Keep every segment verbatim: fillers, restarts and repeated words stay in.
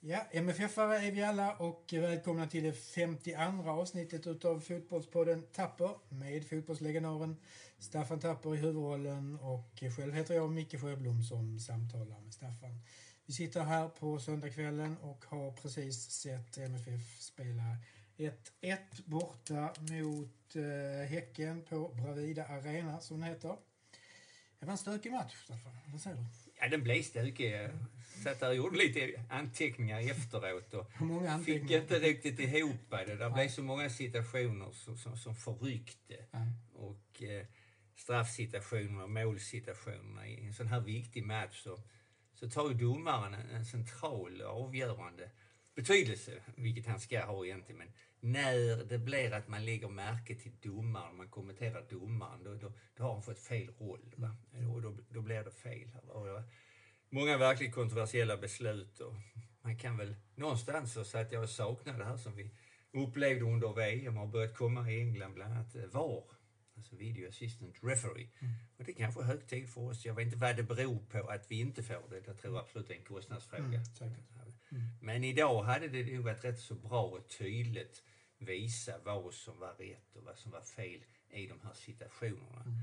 Ja, M F F-are är vi alla och välkomna till det femtioandra avsnittet utav Fotbollspodden Tapper med fotbollslegendaren Staffan Tapper i huvudrollen, och själv heter jag Micke Sjöblom som samtalar med Staffan. Vi sitter här på söndagskvällen och har precis sett M F F spela ett ett borta mot eh, Häcken på Bravida Arena som det heter. Det var en stökig match, Staffan. Vad säger du? Ja, den blev stökig. Jag satt där och gjorde lite anteckningar efteråt och många anteckningar? fick inte riktigt ihop det. Det blev så många situationer som, som, som förryckte. Ja. Och eh, straffsituationer och målsituationerna i en sån här viktig match så, så tar ju domaren en, en central och avgörande betydelse, vilket han ska ha egentligen. Men när det blir att man lägger märke till domaren, man kommenterar domaren, då, då, då har han fått fel roll. Va? Och då, då blir det fel. Och många verkligt kontroversiella beslut. Och man kan väl någonstans så att jag saknar det här som vi upplevde under V M och börjat komma i England, bland annat V A R. Alltså Video Assistant Referee. Mm. Och det är kanske hög tid för oss. Jag vet inte vad det beror på att vi inte får det. Jag tror absolut det är en kostnadsfråga. Mm, mm. Men idag hade det nog varit rätt så bra och tydligt visa vad som var rätt och vad som var fel i de här situationerna. Mm.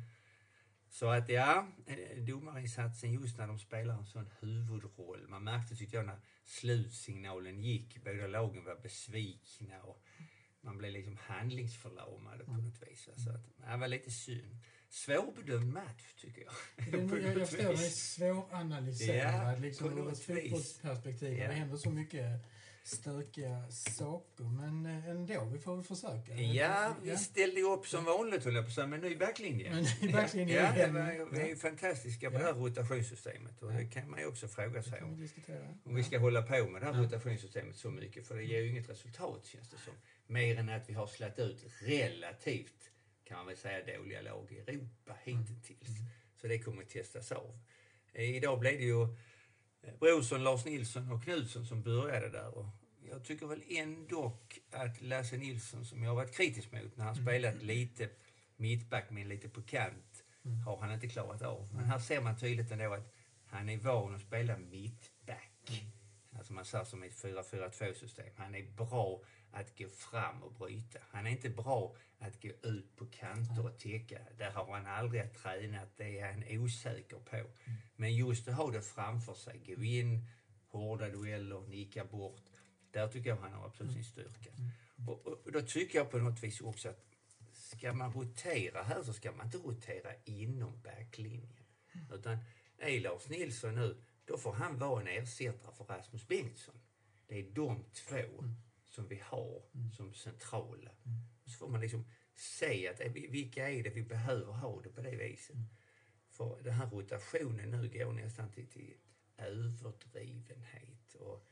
Så att ja, domarinsatsen just när de spelar en sån huvudroll. Man märkte, tyckte jag, när slutsignalen gick. Båda lagen var besvikna och man blev liksom handlingsförlamade på något vis. Så att, det var lite synd. Svårbedömd match, tycker jag. Den, jag, jag förstår, den är svåranalyserad. Ja, liksom ur ett fotbollsperspektiv. Ja. Det händer så mycket stökiga saker. Men ändå, vi får väl försöka. Ja, vi ställde ju upp som vanligt, höll jag på att säga, med ny backlinje. Men ny backlinje. Ja, ja, det var ju fantastiska på ja. det här rotationssystemet. Och det kan man ju också fråga sig om. Vi om vi ska ja. hålla på med det här ja. rotationssystemet så mycket. För det ger ju inget resultat, känns det som. Mer än att vi har slätt ut relativt, kan man väl säga, dåliga lag i Europa hittills. Mm. Så det kommer att testas av. Idag blev det ju Brorsson, Lars Nilsson och Knutsson som började där. Och jag tycker väl ändå att Lasse Nilsson, som jag har varit kritisk mot när han mm. spelat lite mittback men lite på kant, mm. har han inte klarat av. Men här ser man tydligt ändå att han är van att spela mittback. Mm. Alltså man ser som ett fyra fyra två-system. Han är bra att gå fram och bryta. Han är inte bra att gå ut på kanter och täcka. Där har han aldrig tränat. Det är han osäker på. Mm. Men just att ha det framför sig. Gå in, hårda dueller, nicka bort. Där tycker jag han har absolut sin styrka. Mm. Och, och, och då tycker jag på något vis också att ska man rotera här så ska man inte rotera inom backlinjen. Mm. Utan är Lars Nilsson nu, då får han vara en ersättare för Rasmus Bengtsson. Det är de två mm. som vi har mm. som centrala. Mm. Och så får man liksom säga att vilka är det vi behöver ha det på det viset. Mm. För den här rotationen nu går nästan till, till överdrivenhet. Och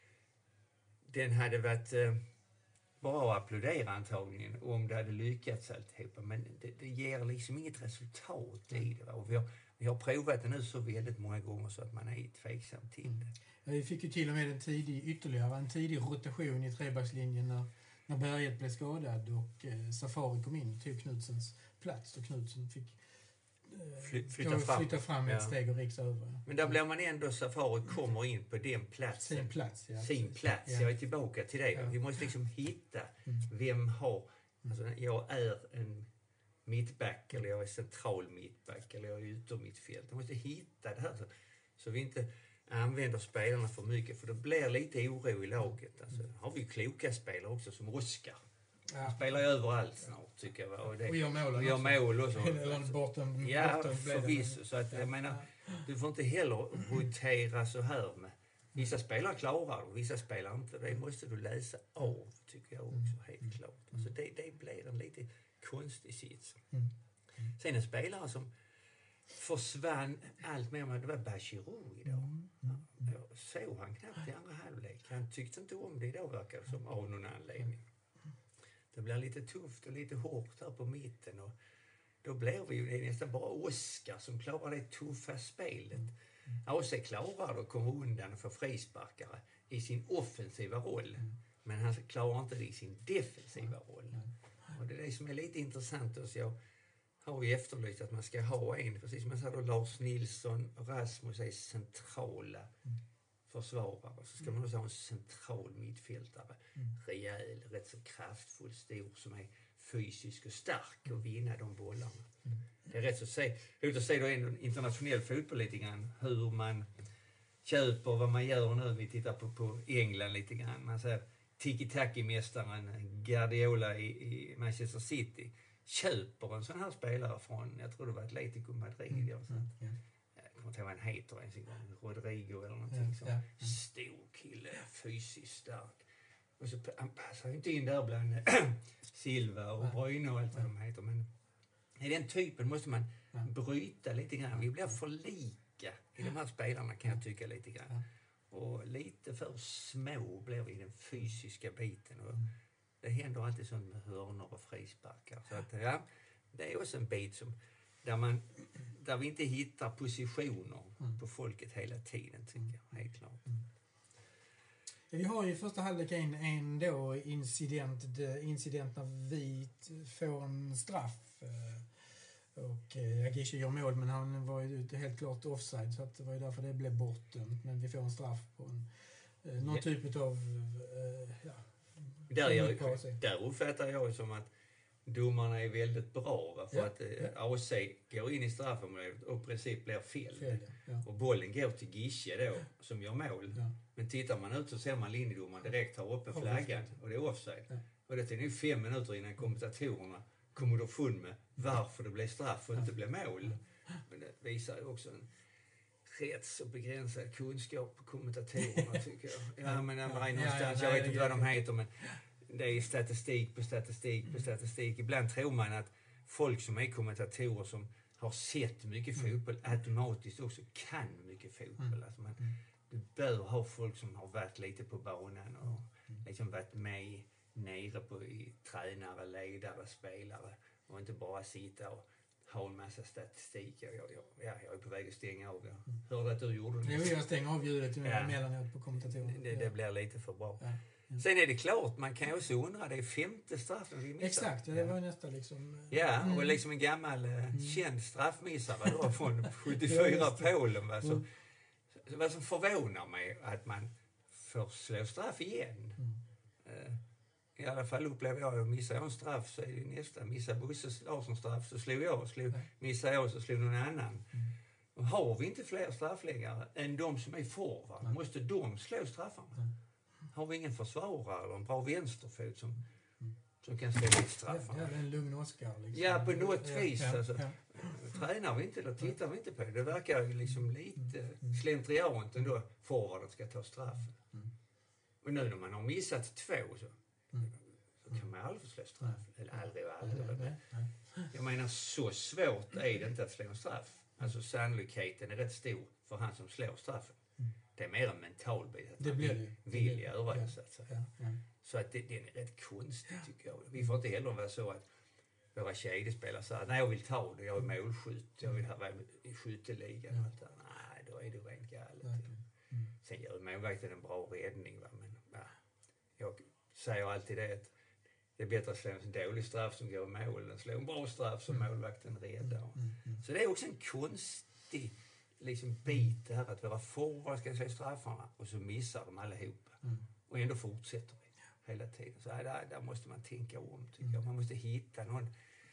den hade varit eh, bra att applådera antagligen om det hade lyckats alltihopa. Men det, det ger liksom inget resultat i det. Va? Och vi har, vi har provat det nu så väldigt många gånger så att man är tveksam till det. Ja, vi fick ju till och med en tidig, ytterligare en tidig rotation i trebackslinjen när, när Berget blev skadad och eh, Safari kom in och tog Knutsens plats. Och Knutsen fick eh, Fly, flytta, fram. flytta fram ett ja. steg och rixa över. Men där blir man ändå, Safari kommer in på den platsen. Sin plats, ja. Sin plats. Ja. Jag är tillbaka till det. Ja. Vi måste liksom hitta mm. vem har... Alltså, jag är en mittback eller jag är central mittback eller jag är yttermittfält. Vi måste hitta det här så, så vi inte använder spelarna för mycket, för det blir lite oro i laget. Alltså, har vi kloka spelare också som Oskar. Ja. Han spelar ju överallt snart, tycker jag. Och, det, och gör mål och, gör mål också. Eller bortom, ja, bortom förvisso. Så att, jag menar, du får inte heller rotera så här med. Vissa spelare klarar och vissa spelar inte. Det måste du läsa av, tycker jag också, helt klart. Alltså, det, det blir en lite konstig sits. Mm. Sen en spelare som försvann allt mer, det var Bachirou idag. Mm. Mm. Jag såg han knappt i andra halvlek. Han tyckte inte om det idag, verkar som, av någon anledning. Det blir lite tufft och lite hårt här på mitten. Och då blir vi ju det nästan bara Oskar som klarar det tuffa spelet. Mm. A C klarar att komma undan för frisparkare i sin offensiva roll. Mm. Men han klarar inte det i sin defensiva roll. Mm. Och det är det som är lite intressant. Och så jag har ju efterlyst att man ska ha en, precis som jag sa då, Lars Nilsson och Rasmus är centrala mm. försvarare. Så ska man också ha en central mittfältare. Mm. Rejäl, rätt så kraftfull, stor, som är fysisk och stark och vinna de bollarna. Mm. Det är rätt så att se, ut att se då en internationell fotboll lite grann, hur man köper, vad man gör nu. Vi tittar på, på England lite grann. Man säger tiki-taki-mästaren Guardiola i, i Manchester City köper en sån här spelare från, jag tror det var Atletico Madrid. Mm. Och sånt. Mm. Jag kommer inte ihåg vad han heter ens en gång, Rodrigo eller någonting. Ja, ja. Mm. Stor kille, fysiskt stark. Och så han passar ju inte in där bland Silva och Bruyne och allt vad de heter. Men i den typen måste man bryta lite grann. Vi blir för lika i de här spelarna, kan jag tycka lite grann. Och lite för små blir vi i den fysiska biten. Och det händer alltid sånt med hörnor och frisparkar. Så att, ja, det är också en bit som, där, man, där vi inte hittar positioner på folket hela tiden, tycker jag. Helt klart. Vi har ju i första halvlek en, en då incident, incident när vi får en straff. Och Agisha gör mål, men han var ju helt klart offside, så att det var ju därför det blev bortdömt. Men vi får en straff på en, någon ja. typ av... Ja, där, jag, där uppfattar jag som att domarna är väldigt bra, va? För ja, att ja. A C går in i straffområdet och i princip blir fel. fel ja. Ja. Och bollen går till Gische då, som gör mål. Ja. Men tittar man ut så ser man linjedomaren direkt ta uppe flaggan och det är offside. Ja. Och det är nu fem minuter innan kommentatorerna kommer då fund med varför det blev straff och inte blev mål. Men det visar ju också en rätt så begränsad kunskap på kommentatorerna, tycker jag. Ja, men ja, ja, någonstans, jag vet inte vad de heter, men det är statistik på statistik på statistik. Ibland tror man att folk som är kommentatorer som har sett mycket fotboll automatiskt också kan mycket fotboll. Alltså man, du bör ha folk som har varit lite på banan och liksom varit med nere på i tränare, ledare, spelare och inte bara sitta och ha en massa statistik. Jag, jag, jag, jag är på väg att stänga av. Jag hörde att du gjorde det. Jo, jag stänger av ljudet ja. Emellanåt på kommentatorer. Det, det blir lite för bra. Ja. Ja. Sen är det klart, man kan ju också undra, det är femte straffen vi missar. Exakt, det var nästa liksom... Ja, mm. och liksom en gammal mm. känd straffmissare då från sjuttiofyra Polen. Va? Så, så, vad som förvånar mig att man får slå straff igen. Mm. Uh, I alla fall upplever jag att missar jag en straff så är det nästa. Missar Bosse Larsson straff så slår jag. Slog, missar jag så slår någon annan. Mm. Och har vi inte fler straffläggare än de som är forward, mm. måste de slå straffarna. Mm. Har vi ingen försvarare eller en bra vänsterfot som, mm. som kan slå dit straffarna? Ja, det är en lugn Oscar. Liksom. Ja, på något ja, vis. Ja, alltså, ja. Tränar vi inte eller tittar vi inte på det. Det verkar ju liksom lite mm. slentriant ändå forwarden ska ta straffen. Mm. Och nu när man har missat två så... Mm. Så kan man aldrig slå straff. Mm. Eller aldrig och aldrig. Mm. Men jag menar, så svårt är det inte att slå en straff. Alltså sannolikheten är rätt stor för han som slår straffen. Mm. Det är mer en mental bit. Att det blir det. Vill göra det, så att säga. Ja. Ja. Så att det, det är rätt konstigt, tycker jag. Vi får inte heller vara så att våra kedjespelare säger, nej jag vill ta det, jag är målskytt, jag vill vara i skytteligan. Mm. Nej, då är det rent galet. Mm. Sen gör målvakten en bra räddning, va? Men ja, jag säger alltid det att det är bättre att slå en dålig straff som går i mål än slå en bra straff som målvakten räddar. Mm, mm. Så det är också en konstig liksom, bit det här att våra forward ska slå straffarna och så missar de allihopa. Mm. Och ändå fortsätter vi hela tiden. Så här, där, där måste man tänka om, tycker mm. jag. Man måste hitta någon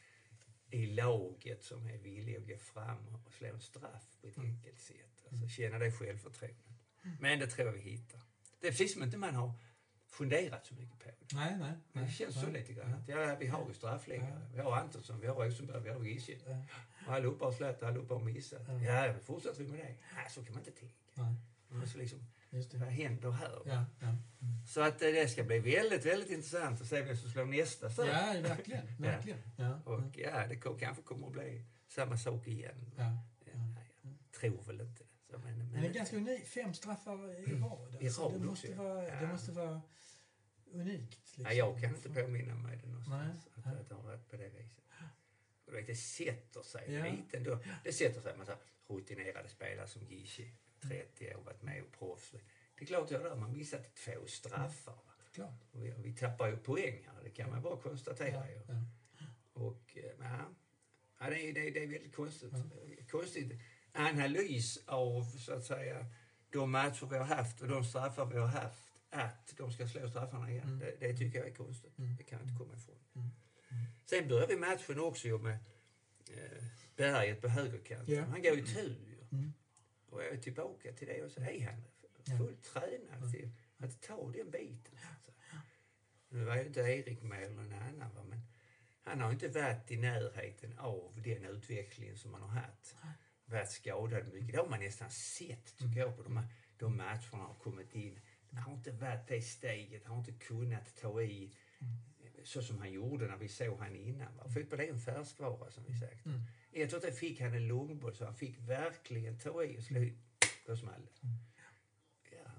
i laget som är villig att gå fram och slå en straff på ett mm. enkelt sätt. Alltså känna det självförtroendet. Mm. Men det tror jag vi hittar. Det är precis som inte man har funderat så mycket på det. Nej, nej. Men det känns nej, så lite grann. Ja. Ja, vi har ju straffläggare. Ja. Vi har Antonsson, vi har Rosenberg, vi har Gische. Ja. Och allihopa har slätt, allihopa har missat. Ja, ja, fortsätter vi med det? Nej, så kan man inte tänka. Nej. Man måste liksom, Just det. Vad händer här? Ja, ja. Mm. Så att det ska bli väldigt, väldigt intressant att se vem som slår nästa straff. Ja, verkligen. verkligen. Ja. Och ja, det kanske kommer att bli samma sak igen. Ja. Ja, jag tror väl inte. Så, men, men, men det är ganska unikt. Fem straffar i rad. Alltså, det, måste vara, ja. det måste vara unikt. Liksom. Ja, jag kan inte påminna mig det någonstans. Nej. Att, att de har rätt på det viset. Och det sätter sig ja. lite ändå. Det sätter sig med så här rutinerade spelare som Gische, trettio år, varit med och proffs. Det är klart att man missat två straffar. Va? Klart. Och vi, vi tappar ju poäng här, det kan man bara konstatera. Ja. Ja. Och ja, ja det, är, det, är, det är väldigt konstigt. Ja. Konstigt analys av så att säga de matcher vi har haft och de straffar vi har haft, att de ska slå straffarna igen. Mm. Det, det tycker jag är konstigt. Mm. Det kan jag inte komma ifrån. Mm. Mm. Sen börjar vi matchen också med eh, Berget på högerkanten. Yeah. Han går ju tur. Mm. Och jag är tillbaka till det och så är han fullt tränad mm. till att ta den biten. Så. Nu var ju inte Erik med eller någon annan, va? Men han har inte varit i närheten av den utvecklingen som man har haft. Varit skadad mycket. Det har man nästan sett, tycker jag, på de, de matcherna har kommit in. Han har inte varit det steget, han har inte kunnat ta i så som han gjorde när vi såg han innan. Va? Fotboll är en färskvara, som vi sagt. Mm. Jag tror att fick han en långboll så han fick verkligen ta i och slå in på small. Mm. Ja,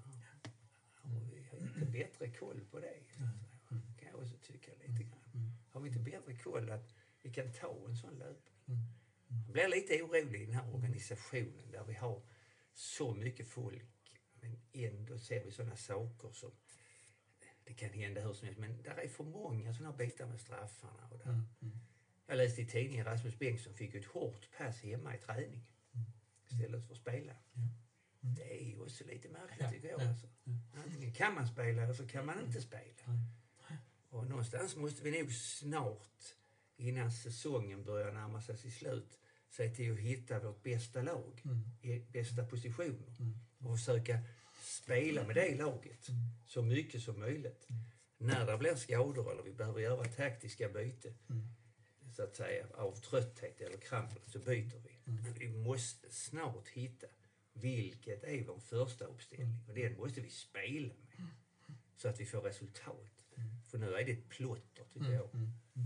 vi har inte bättre koll på det. Mm. Kan jag också tycka lite grann. Mm. Har vi inte bättre koll att vi kan ta en sån löpning? Mm. Mm. Jag blir lite orolig i den här organisationen där vi har så mycket folk, men ändå ser vi sådana saker som det kan hända hur som helst, men där är för många sådana bitar med straffarna. Och där. Mm. Mm. Jag läste i tidningen Rasmus Bengtsson fick ett hårt pass hemma i träning mm. istället för att spela. Mm. Mm. Det är ju också lite märkligt, ja. tycker jag. Ja. Alltså. Antingen kan man spela eller så kan man inte spela. Mm. Och någonstans måste vi nog snart, innan säsongen börjar närma sig sitt slut, se till att hitta vårt bästa lag mm. i bästa positioner mm. och försöka spela med det laget mm. så mycket som möjligt. Mm. När det blir skador eller vi behöver göra taktiska byten mm. så att säga av trötthet eller kramp, så byter vi. Mm. Men vi måste snart hitta vilket är vår första uppställning mm. och den måste vi spela med mm. så att vi får resultat. Mm. För nu är det ett plotter, tycker mm. jag. Mm.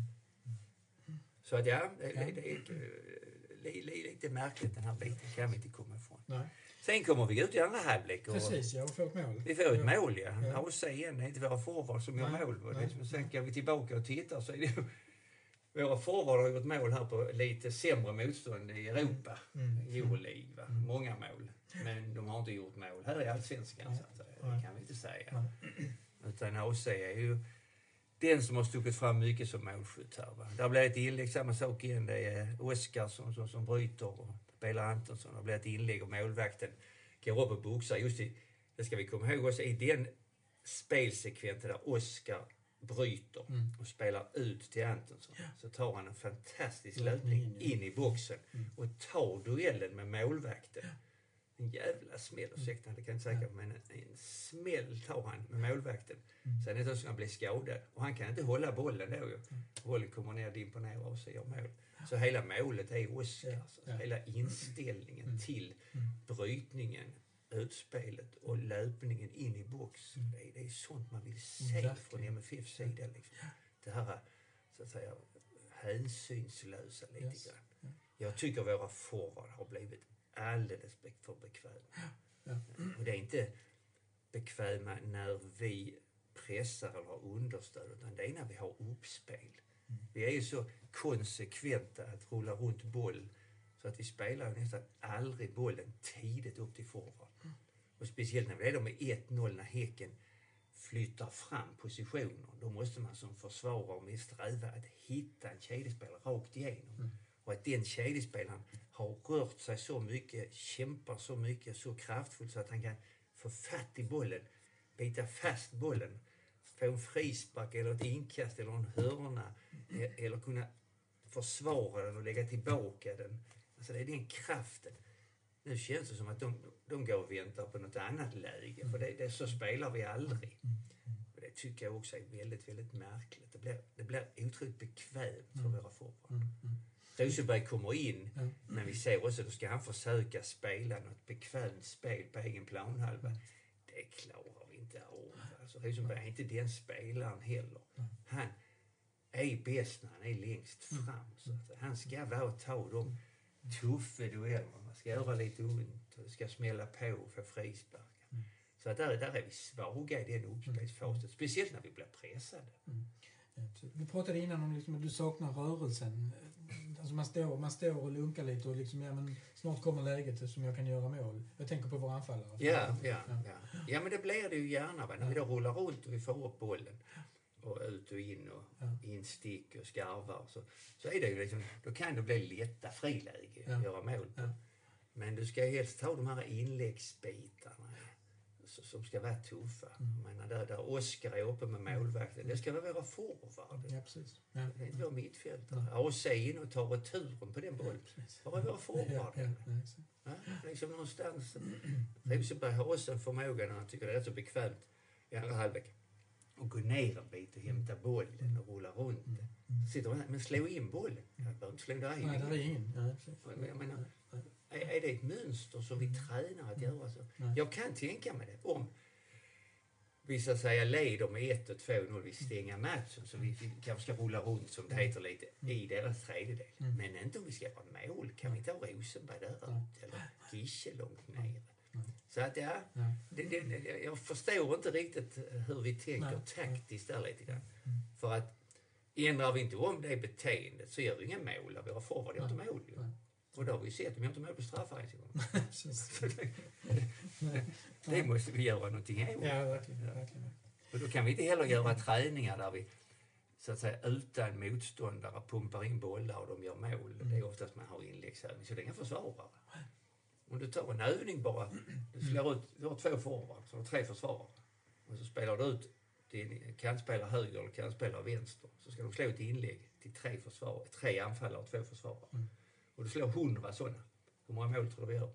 Mm. Så att ja, det, det, det är lite, lite märkligt, den här biten kan vi inte komma ifrån. Nej. Sen kommer vi ut i andra halvlek. Och precis, ja, och får ett mål. Vi får ett ja. mål, ja. ja. Och sen, det är inte våra forwards som gör mål. Och det, men sen går vi tillbaka och tittar så är det våra forwards har gjort mål här på lite sämre motstånd i Europa. Mm. Euroleague, va? Mm. Många mål. Men de har inte gjort mål här i Allsvenskan, så att säga. Det kan vi inte säga. Nej. Utan A C är ju den som har stuckit fram mycket som målskytt här, va? Där blir ett inlägg, samma sak igen. Det är Oskar som, som, som bryter och spelar Antonsson. Det blir ett inlägg och målvakten går upp och boxar. Just i, det ska vi komma ihåg också, i den spelsekvensen där Oskar bryter mm. och spelar ut till Antonsson, ja. så tar han en fantastisk löpning mm. in i boxen mm. och tar duellen med målvakten. Ja. En jävla smäll, ursäkta, det kan jag inte säga, ja. men en, en smäll tar han med målvakten. Mm. Sen är det så att han blir skadad och han kan inte hålla bollen då ju. Mm. Bollen kommer ner, dimper ner och så gör mål. Ja. Så hela målet är Oskar, ja. alltså. ja. hela inställningen mm. till mm. brytningen, utspelet och löpningen in i box. Mm. Det, är, det är sånt man vill se mm. från M F F:s sida. Liksom. Ja. Det här, så att säga, hänsynslösa lite yes. grann. Ja. Jag tycker våra forward har blivit alldeles för bekväma. Ja. Ja. Och det är inte bekväma när vi pressar eller har understöd, utan det är när vi har uppspel. Mm. Vi är ju så konsekventa att rulla runt boll så att vi spelar nästan aldrig bollen tidigt upp till forward. Mm. Och speciellt när vi är då med ett noll, när Häcken flyttar fram positioner. Då måste man som försvarare med sträva att hitta en kedjespelare rakt igenom. Mm. Och att den kedjespelaren har rört sig så mycket, kämpar så mycket, så kraftfullt så att han kan få fatt i bollen, bita fast bollen, få en frispark eller ett inkast eller en hörna mm. eller kunna försvara den och lägga tillbaka den. Alltså det är den kraften. Nu känns det som att de, de går och väntar på något annat läge. Mm. För det, det så spelar vi aldrig. Mm. Och det tycker jag också är väldigt, väldigt märkligt. Det blir, det blir otroligt bekvämt för mm. våra forward. Mm. Mm. Rosenberg kommer in, mm. men vi ser också att då ska han försöka spela något bekvämt spel på egen planhalva. Mm. Det klarar vi inte av. Alltså Rosenberg är inte den spelaren heller. Mm. Han är bäst när han är längst fram. Så att han ska vara och ta de tuffa dueller. Man ska göra lite ont och det ska smälla på och få frisparkar. Mm. Så att där, där är vi svaga i den uppspelsfasen. Mm. Speciellt när vi blir pressade. Mm. Vi pratade innan om liksom att du saknar rörelsen. Alltså man står, man står och lunkar lite och liksom, ja, men snart kommer läget som jag kan göra mål. Jag tänker på våra anfallare. Ja, ja, ja. ja. ja men det blir det ju gärna. Va? När ja. vi då rullar runt och vi får upp bollen. Och ut och in och ja. instick och skarvar. Så, så är det ju liksom, då kan det bli lätta friläge att ja. göra mål på. Ja. Men du ska helst ta de här inläggsbitarna som ska vara tuffa. Mm. Jag menar, där, där Oskar är uppe med målvakten. Mm. Det ska vara forward. Ja, precis. Ja. Det är inte vår mittfältare. Ja. A C in och tar returen på den bollen. Bara vara forward. Ja, ja, ja, ja, liksom någonstans. Rosenberg har också en förmåga när han tycker det är rätt så bekvämt i andra halvlek. Och gå ner en bit och hämta bollen och rulla runt. Mm. Sitter man här, men slå in bollen. Jag behöver inte slå in där. Nej, det är ingen. Ja, jag menar, är, är det ett mönster som vi tränar att göra så? Nej. Jag kan tänka mig det. Om vi så att säga leder med ett och två noll, vi stänger matchen så vi, vi kanske ska rulla runt som det heter lite i deras tredjedel. Mm. Men inte om vi ska göra mål. Kan vi inte ha Rosenberg där mm. ut eller Gische långt ner. Mm. Så att ja, mm. det, det, jag förstår inte riktigt hur vi tänker mm. taktiskt där lite grann. Mm. För att ändrar vi inte om det beteendet så gör vi inga mål. Vi har forward, jag har inte mål ju. Mm. Och då har vi sett att vi inte mål på straffar ens en gång. det, det måste vi göra någonting åt. Ja, verkligen, verkligen. Och då kan vi inte heller göra träningar där vi så att säga utan motståndare pumpar in bollar och de gör mål. Mm. Det är oftast man har inläggsövning, så det är inga försvarare. Om du tar en övning bara, du slår ut, du har två forwards, så har tre försvarare. Och så spelar du ut din kantspelare höger eller kantspelare vänster. Så ska de slå ett inlägg till tre försvarare, tre anfallare och två försvarare. Mm. Och du slår hundra sådana. Hur många mål tror du vi gör?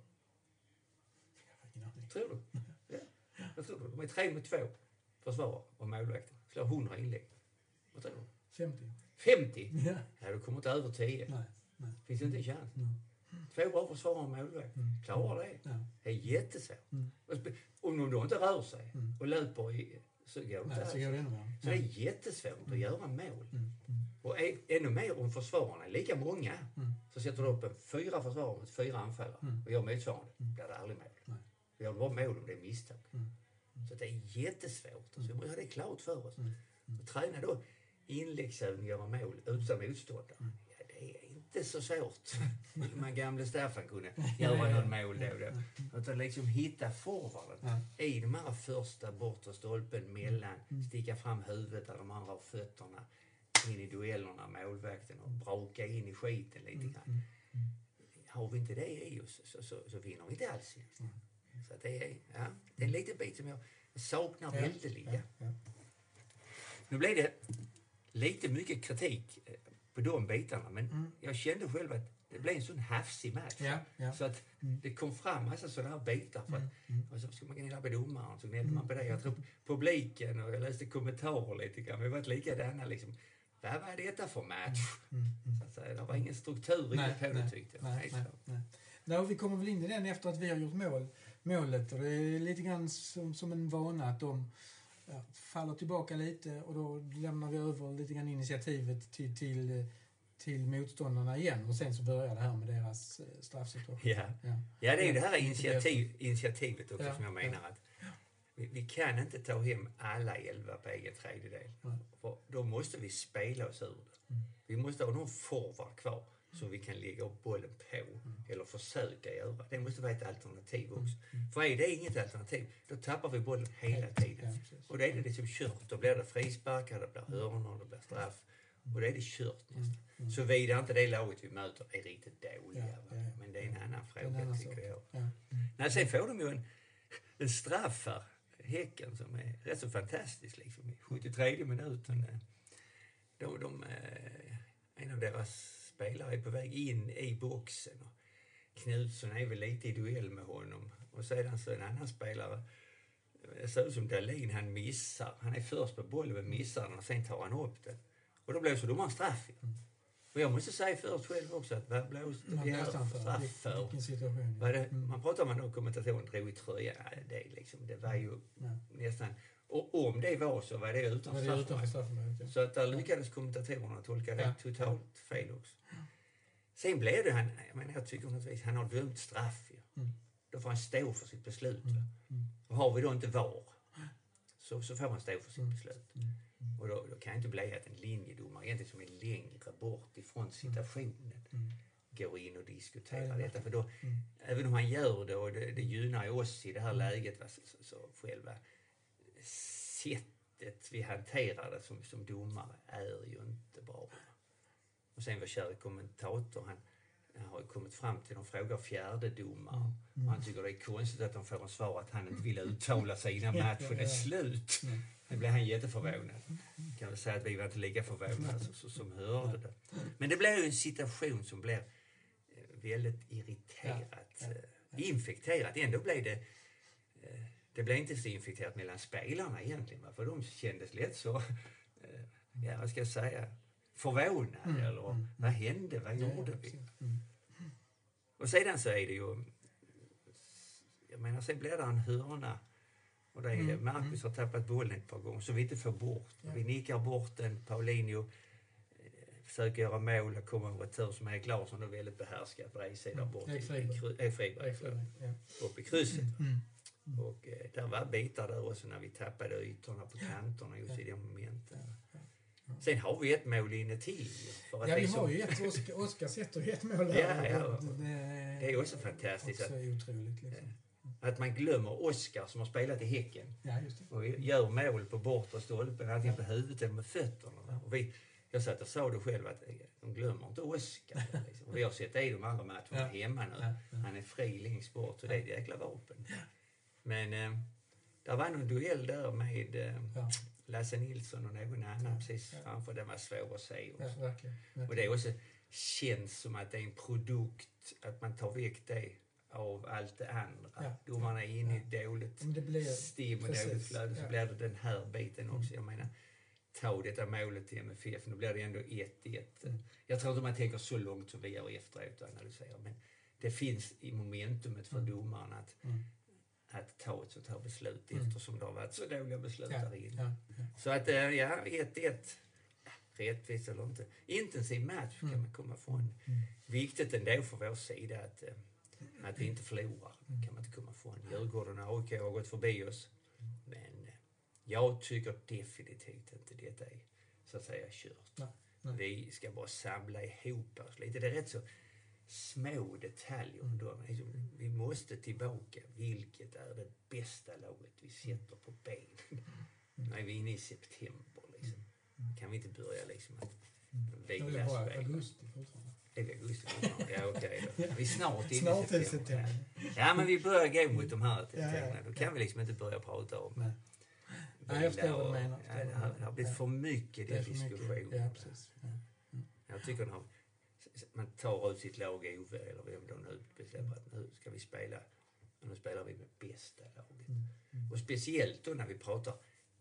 Tror du? Ja. Jag tror du. De är tre mot två försvarare och målvakter. Slår hundra inlägg. Vad tror du? femtio. femtio? Ja. Ja, du kommer inte över tio. Nej. Nej. Finns inte en chans. Mm. Två bra försvarare och målvakt. Mm. Klarar det. Ja. Det är jättesvårt. Mm. Om de då inte rör sig mm. och löper i, så går det inte. Så, går det, ja. Så det är jättesvårt mm. att göra mål. Mm. Mm. Och är, ännu mer om försvararna är lika många. Mm. Så sätter du upp en fyra försvarare mot fyra anfallare mm. och gör motsvarande. Mm. Blir det aldrig mål. Nej. Vi har bara mål om det är misstag. Mm. Mm. Så det är jättesvårt. Mm. Så vi måste ha det klart för oss. Mm. Mm. Och träna då inläggsövningar och mål utan motståndare. Mm. Ja, det är inte så svårt. Man gamle Staffan kunde göra någon mål då och då. Utan liksom hitta forwarden ja. I de här första bortre stolpen mellan. Mm. Sticka fram huvudet där de andra har fötterna. In i duellerna, målvakten och braka in i skiten lite grann. Mm. Mm. Har vi inte det i oss så, så, så vinner vi inte alls. Mm. Så det är, ja, det är en liten bit som jag saknar ja. Väldigt. Ja. Ja. Nu blev det lite mycket kritik på de bitarna, men mm. jag kände själv att det blev en sån hafsig match. Ja, ja. Så att mm. det kom fram massa sådana här bitar. För att, mm. och så ska man gnälla på domaren, så gnällde mm. man på det. Jag tror publiken, och jag läste kommentarer lite grann, vi har varit likadana liksom. Vad var detta för match? Mm. Mm. Så att säga, det var ingen struktur i det på det tyckte jag. Nej, nej, nej. Nej, vi kommer väl in i den efter att vi har gjort mål, målet. Och det är lite grann som, som en vana att de ja, faller tillbaka lite och då lämnar vi över lite grann initiativet till, till, till motståndarna igen. Och sen så börjar det här med deras straffsituation. Ja. Ja. Ja, det är ju det här initiativ, initiativet också ja. Som jag menar ja. Att vi, vi kan inte ta hem alla elva på egen tredjedel. Ja. För då måste vi spela oss ur det. Mm. Vi måste ha någon forward kvar som vi kan lägga upp bollen på mm. eller försöka göra. Det måste vara ett alternativ också. Mm. För är det inget alternativ, då tappar vi bollen hela tiden. Ja, och då är det liksom kört. Då blir det frisparkar, det blir hörnor, det blir straff. Och då är det kört nästan. Mm. Mm. Så vidare inte det laget vi möter är riktigt dåliga. Ja, ja, ja. Men det är en annan fråga en annan tycker jag. Ja. Mm. Nej, sen får de ju en, en straff här. Häcken som är rätt så fantastisk liksom i sjuttiotredje minuten. De, de, en av deras spelare är på väg in i boxen och Knutsson är väl lite i duell med honom och sedan så en annan spelare, det ser ut som Dahlin, han missar. Han är först på bollen och missar den och sen tar han upp den. Och då blev så domaren straff. Mm. Och jag måste säga först själv också att vad blåste vi här för straff för? Vilken situation? Ja. Det, mm. Man pratar om att kommentatorn drog i tröjan. Ja, det, liksom, det var ju ja. Nästan... Och om det var så var det utan straffområdet. Ja. Så att där lyckades kommentatorerna tolka det ja. Totalt fel också. Ja. Sen blev det han... Jag menar, jag tycker något han har dömt straff. Ja. Mm. Då får han stå för sitt beslut. Mm. Mm. Och har vi då inte var så, så får man stå för sitt beslut. Mm. Mm. Och då, då kan inte bli att en linjedomare egentligen som är längre bort ifrån situationen mm. går in och diskuterar mm. detta. För då, mm. även om han gör det och det, det gynnar oss i det här läget va, så, så, så själva sättet vi hanterar det som, som domare är ju inte bra. Och sen var kära kommentator, han, har kommit fram till, de frågar fjärdedomare. Mm. Mm. Man tycker det är konstigt att de får en svar att han inte vill uttala sig innan matchen är slut. Mm. Då blir han jätteförvånad. Kan väl säga att vi var inte lika förvånade så, så, som hörde det. Men det blev ju en situation som blev väldigt irriterat, ja. Ja. infekterat. Ändå blev det det blev inte så infekterat mellan spelarna egentligen. För de kändes lätt så, ja vad ska jag säga, förvånade. Mm. Eller mm. vad hände, vad ja, gjorde vi? Mm. Och sedan så är det ju, jag menar sen blir det en hörna. Och det är mm. Marcus har tappat bollen ett par gånger så vi inte får bort. Ja. Vi nickar bort den, Paulinho försöker göra mål och komma en retur som Erik Larsson är väldigt behärskad på rejsidan bort. Erik Friberg. Erik Friberg, ja. Upp i krysset. Mm. Mm. Och eh, där var bitar där också när vi tappade ytorna på kanterna just ja. I de momenten. Ja. Ja. Sen har vi ett mål inne till. För att ja, vi som... har ju ett Oskar, Oskar sätter ju ett mål där. Ja, ja. Det, det är också fantastiskt. Också att, otroligt liksom. Att man glömmer Oskar som har spelat i Häcken. Ja, just det. Och gör mål på bortre stolpen, antingen på huvudet eller med fötterna. Ja. Och vi, jag satt och sa det själv att de glömmer inte Oskar. Liksom. Och vi har sett det i de andra matcherna ja. Hemma nu. Ja. Ja. Han är fri längst bort så ja. Det är ett jäkla vapen. Ja. Men eh, det var någon duell där med eh, ja. Lasse Nilsson och någon annan ja. Precis ja. Framför. Det var svår att se. Ja, verkligen, verkligen. Och det är också känns som att det är en produkt, att man tar väck det av allt det andra. Ja. Domarna är inne i ja. Dåligt stim och dåligt flöde så ja. Blir det den här biten också. Jag menar, ta detta målet till M F F, nu blir det ändå ett ett. Mm. Jag tror inte man tänker så långt som vi gör efteråt och analyserar, men det finns i momentumet för mm. domaren att mm. att ta ett sånt här beslut mm. eftersom det har varit så dåliga beslut ja, där inne. Ja, ja. Så att, ja, ett ett, rättvist eller inte. Intensiv match kan mm. man komma från. Mm. Viktigt ändå för vår sida att, att vi inte förlorar. Mm. Kan man inte komma från. Djurgården och A I K har gått förbi oss. Men jag tycker definitivt inte detta är så att säga kört. Nej, nej. Vi ska bara samla ihop oss lite. Det är rätt så små detaljer. Mm. Då. Vi måste tillbaka. Vilket är det bästa laget vi sätter på ben? Mm. Nu är vi inne i september. Liksom. Mm. Kan vi inte börja liksom att vila spel? Det är bara augusti fortfarande. Det är augusti fortfarande. Ja, okej okay, då. Vi är snart inne snart i september. september. Ja. ja, men vi börjar gå mot de här ja, ja, ja. Då kan vi liksom inte börja prata om Nej. Nej, jag förstår vad du menar. Ja, det, har, det har blivit ja. För mycket den diskussionen. Ja, precis. Ja. Mm. Jag tycker att man tar ut sitt lag O V eller vem de nu bestämmer att nu ska vi spela, och nu spelar vi med bästa laget. Mm. Mm. Och speciellt då när vi pratar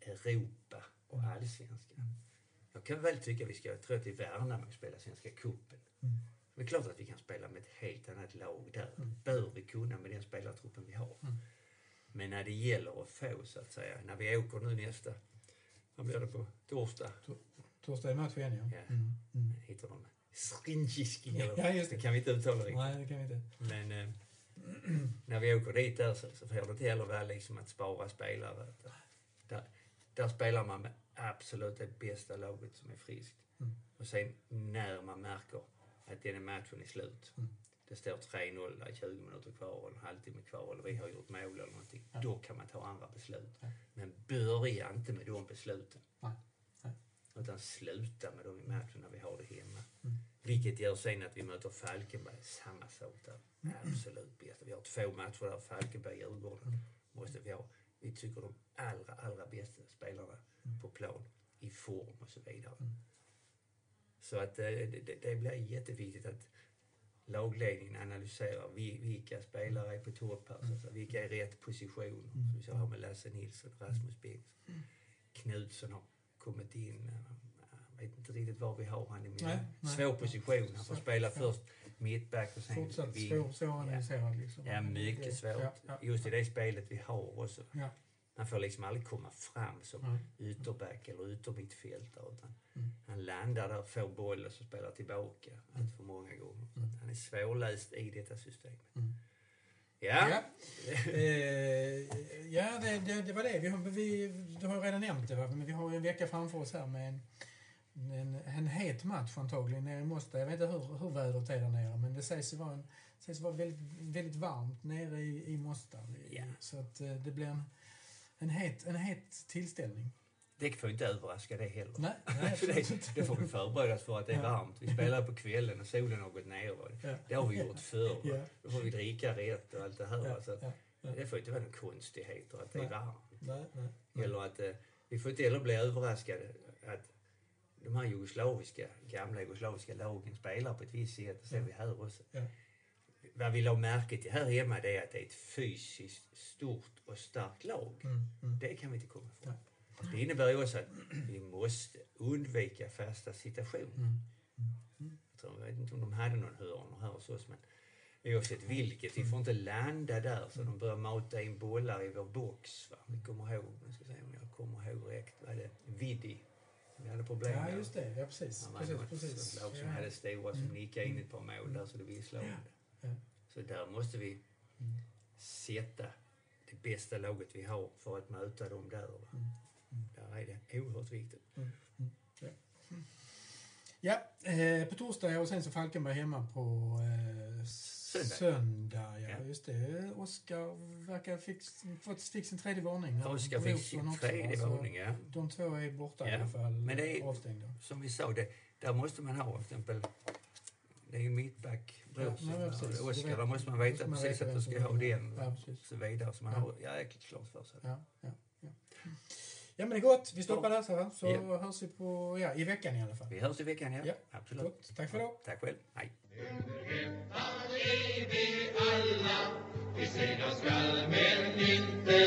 Europa och allsvenskan. Mm. Jag kan väl tycka att vi ska tro att vi värnar med att spela Svenska cupen. Mm. Det är klart att vi kan spela med ett helt annat lag där. Mm. Bör vi kunna med den spelartruppen vi har. Mm. Men när det gäller att få så att säga, när vi åker nu nästa, vad blir det på torsdag? Tor- torsdag är match igen, ja. ja. Mm. Mm. Hittar de Skrinjiski eller ja, just det. Det kan vi inte uttala riktigt. Nej, det kan vi inte. Men eh, när vi åker dit där så, så får det inte heller vara liksom att spara spelare. Där, där spelar man med absolut det bästa laget som är friskt. Mm. Och sen när man märker att den matchen är slut. Mm. Det står tre noll, tjugo minuter kvar eller en halvtimme kvar eller vi har gjort mål eller någonting. Ja. Då kan man ta andra beslut. Ja. Men börja inte med de besluten. Nej. Nej. Utan sluta med dem i matchen när vi har det hemma. Mm. Vilket gör sen att vi möter Falkenberg. Samma sak där. Mm. Absolut bästa. Vi har två matcher där, Falkenberg och Djurgården. Mm. Måste vi ha. Vi tycker de allra, allra bästa spelarna mm. på plan, i form och så vidare. Mm. Så att det, det, det blir jätteviktigt att lagledningen analyserar vilka spelare är på topp, mm. alltså, vilka är rätt position. Mm. Som vi har med Lasse Nilsson, Rasmus Bengtsson. Mm. Knutsson har kommit in. Jag vet inte riktigt var vi har han i min svår position. Han får spela först mittback och sen fortsatt svår, svår analyserad liksom. Ja, mycket svårt. Ja, ja. Just i det spelet vi har också. Ja. Han får liksom aldrig komma fram som mm. ytterback eller yttermittfältare utan mm. han landar där, får boll och så spelar tillbaka mm. allt för många gånger. Mm. Han är svårläst i detta systemet. Mm. Ja. Ja, eh, ja det, det, det var det. Vi har, vi, du har redan nämnt det, va? Men vi har en vecka framför oss här med en, en, en het match antagligen nere i Mostar. Jag vet inte hur, hur vädret är där nere, men det sägs vara, en, sägs vara väldigt, väldigt varmt nere i, i Mostar. Ja. Så att det blir en En het, en het tillställning. det får inte överraska det heller. Nej, nej, för det, det får vi förbereda oss för att det är varmt. Vi spelar på kvällen och solen har gått ner. Ja. Det har vi gjort förr. Ja. Då får vi dricka rätt och allt det här. Ja. Så ja. Ja. Det får inte vara några konstigheter att det är varmt. Nej, nej, nej. Eller att eh, vi får inte heller bli överraskade att de här jugoslaviska, gamla jugoslaviska lagen spelar på ett visst sätt. Det ser ja. vi här också. Ja. Vad vi la märke till här hemma det är att det är ett fysiskt stort och starkt lag. Mm, mm. Det kan vi inte komma ifrån. Ja. Det innebär ju också att vi måste undvika fasta situationer. Mm, mm. Jag, tror, jag vet inte om de hade någon hörn här hos oss, men oavsett vilket, vi får inte landa där så de börjar mata in bollar i vår box. Va? Vi kommer ihåg, nu ska jag säga om jag kommer ihåg rätt, vad är det? Vidi. Vi hade problem med. Ja, just det. Ja, precis. Ja, precis, precis. Lag som ja. hade stora som nickade in ett par mål där så det visslade om det. Ja. Så där måste vi mm. sätta det bästa laget vi har för att möta dem där. Va? Mm. Mm. Där är det oerhört viktigt. Mm. Mm. Ja, mm. ja eh, på torsdag och sen så Falkenberg hemma på eh, söndag. söndag. Ja, ja, just det. Oskar verkar fick, fick sin tredje varning. Oskar fick sin tredje varning, ja. De två är borta ja. i alla fall. Men det är, avstängda. Som vi sa, det, där måste man ha till exempel. Det är ju mittback, Brosen ja, och Oskar. Där måste man veta måste man precis veta att du ska ha den ja, så vidare. Så man ja. har jäkligt klart för sig. Ja, ja, ja. Ja, men det är gott. Vi stoppar där så här. Så ja. hörs vi på, ja, i veckan i alla fall. Vi hörs i veckan, ja. ja. Absolut. Gott. Tack för idag. Tack själv. Hej. Vi segrar skall men inte